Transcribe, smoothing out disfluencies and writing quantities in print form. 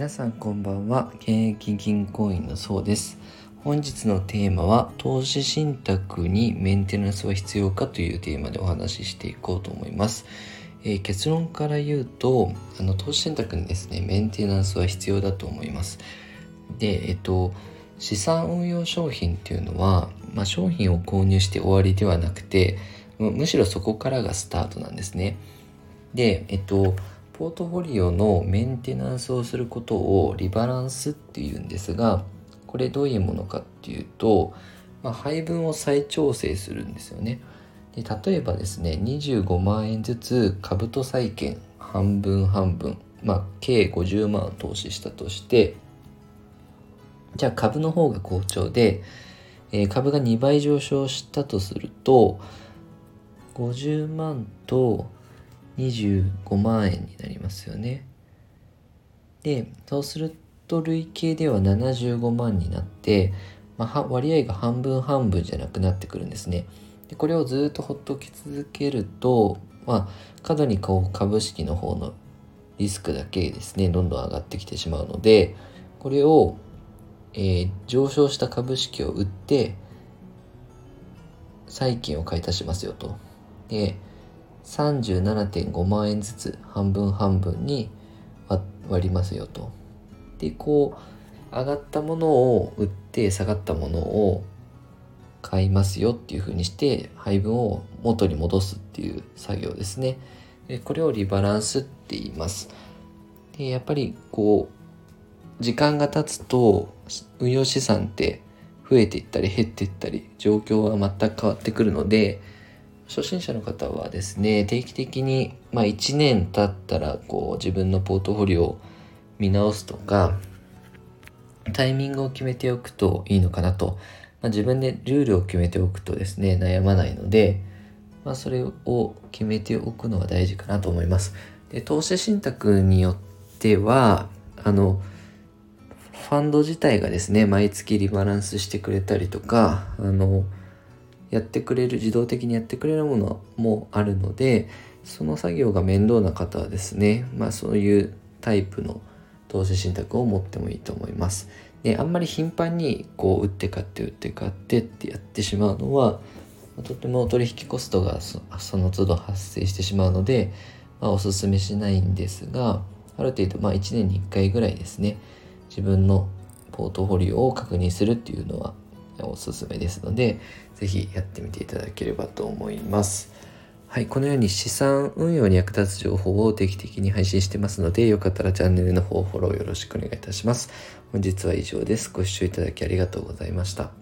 皆さんこんばんは。現役銀行員のそうです。本日のテーマは投資信託にメンテナンスは必要かというテーマでお話ししていこうと思います。結論から言うと投資信託にですねメンテナンスは必要だと思います。で、資産運用商品っていうのは、商品を購入して終わりではなくて、むしろそこからがスタートなんですね。で、ポートフォリオのメンテナンスをすることをリバランスっていうんですが、これどういうものかっていうと、配分を再調整するんですよね。で、例えばですね、25万円ずつ株と債券半分半分、計50万投資したとして、じゃあ株の方が好調で、株が2倍上昇したとすると、50万と25万円になりますよね。で、そうすると累計では75万になって、割合が半分半分じゃなくなってくるんですね。で、これをずっとほっとき続けると、過度に株式の方のリスクだけですね、どんどん上がってきてしまうので、これを、上昇した株式を売って債券を買い足しますよと。で、37.5 万円ずつ半分半分に割りますよと。で、上がったものを売って下がったものを買いますよっていう風にして配分を元に戻すっていう作業ですね。で、これをリバランスって言います。で、やっぱり時間が経つと運用資産って増えていったり減っていったり状況は全く変わってくるので、初心者の方はですね、定期的に、1年経ったら自分のポートフォリオを見直すとか、タイミングを決めておくといいのかなと。自分でルールを決めておくとですね、悩まないので、それを決めておくのは大事かなと思います。で、投資信託によっては、ファンド自体がですね、毎月リバランスしてくれたりとか、自動的にやってくれるものもあるので、その作業が面倒な方はですね、そういうタイプの投資信託を持ってもいいと思います。で、あんまり頻繁に売って買って売って買ってってやってしまうのは、とても取引コストがその都度発生してしまうので、おすすめしないんですが、ある程度1年に1回ぐらいですね、自分のポートフォリオを確認するっていうのはおすすめですので、ぜひやってみていただければと思います。はい、このように資産運用に役立つ情報を定期的に配信してますので、よかったらチャンネルの方フォローよろしくお願いいたします。本日は以上です。ご視聴いただきありがとうございました。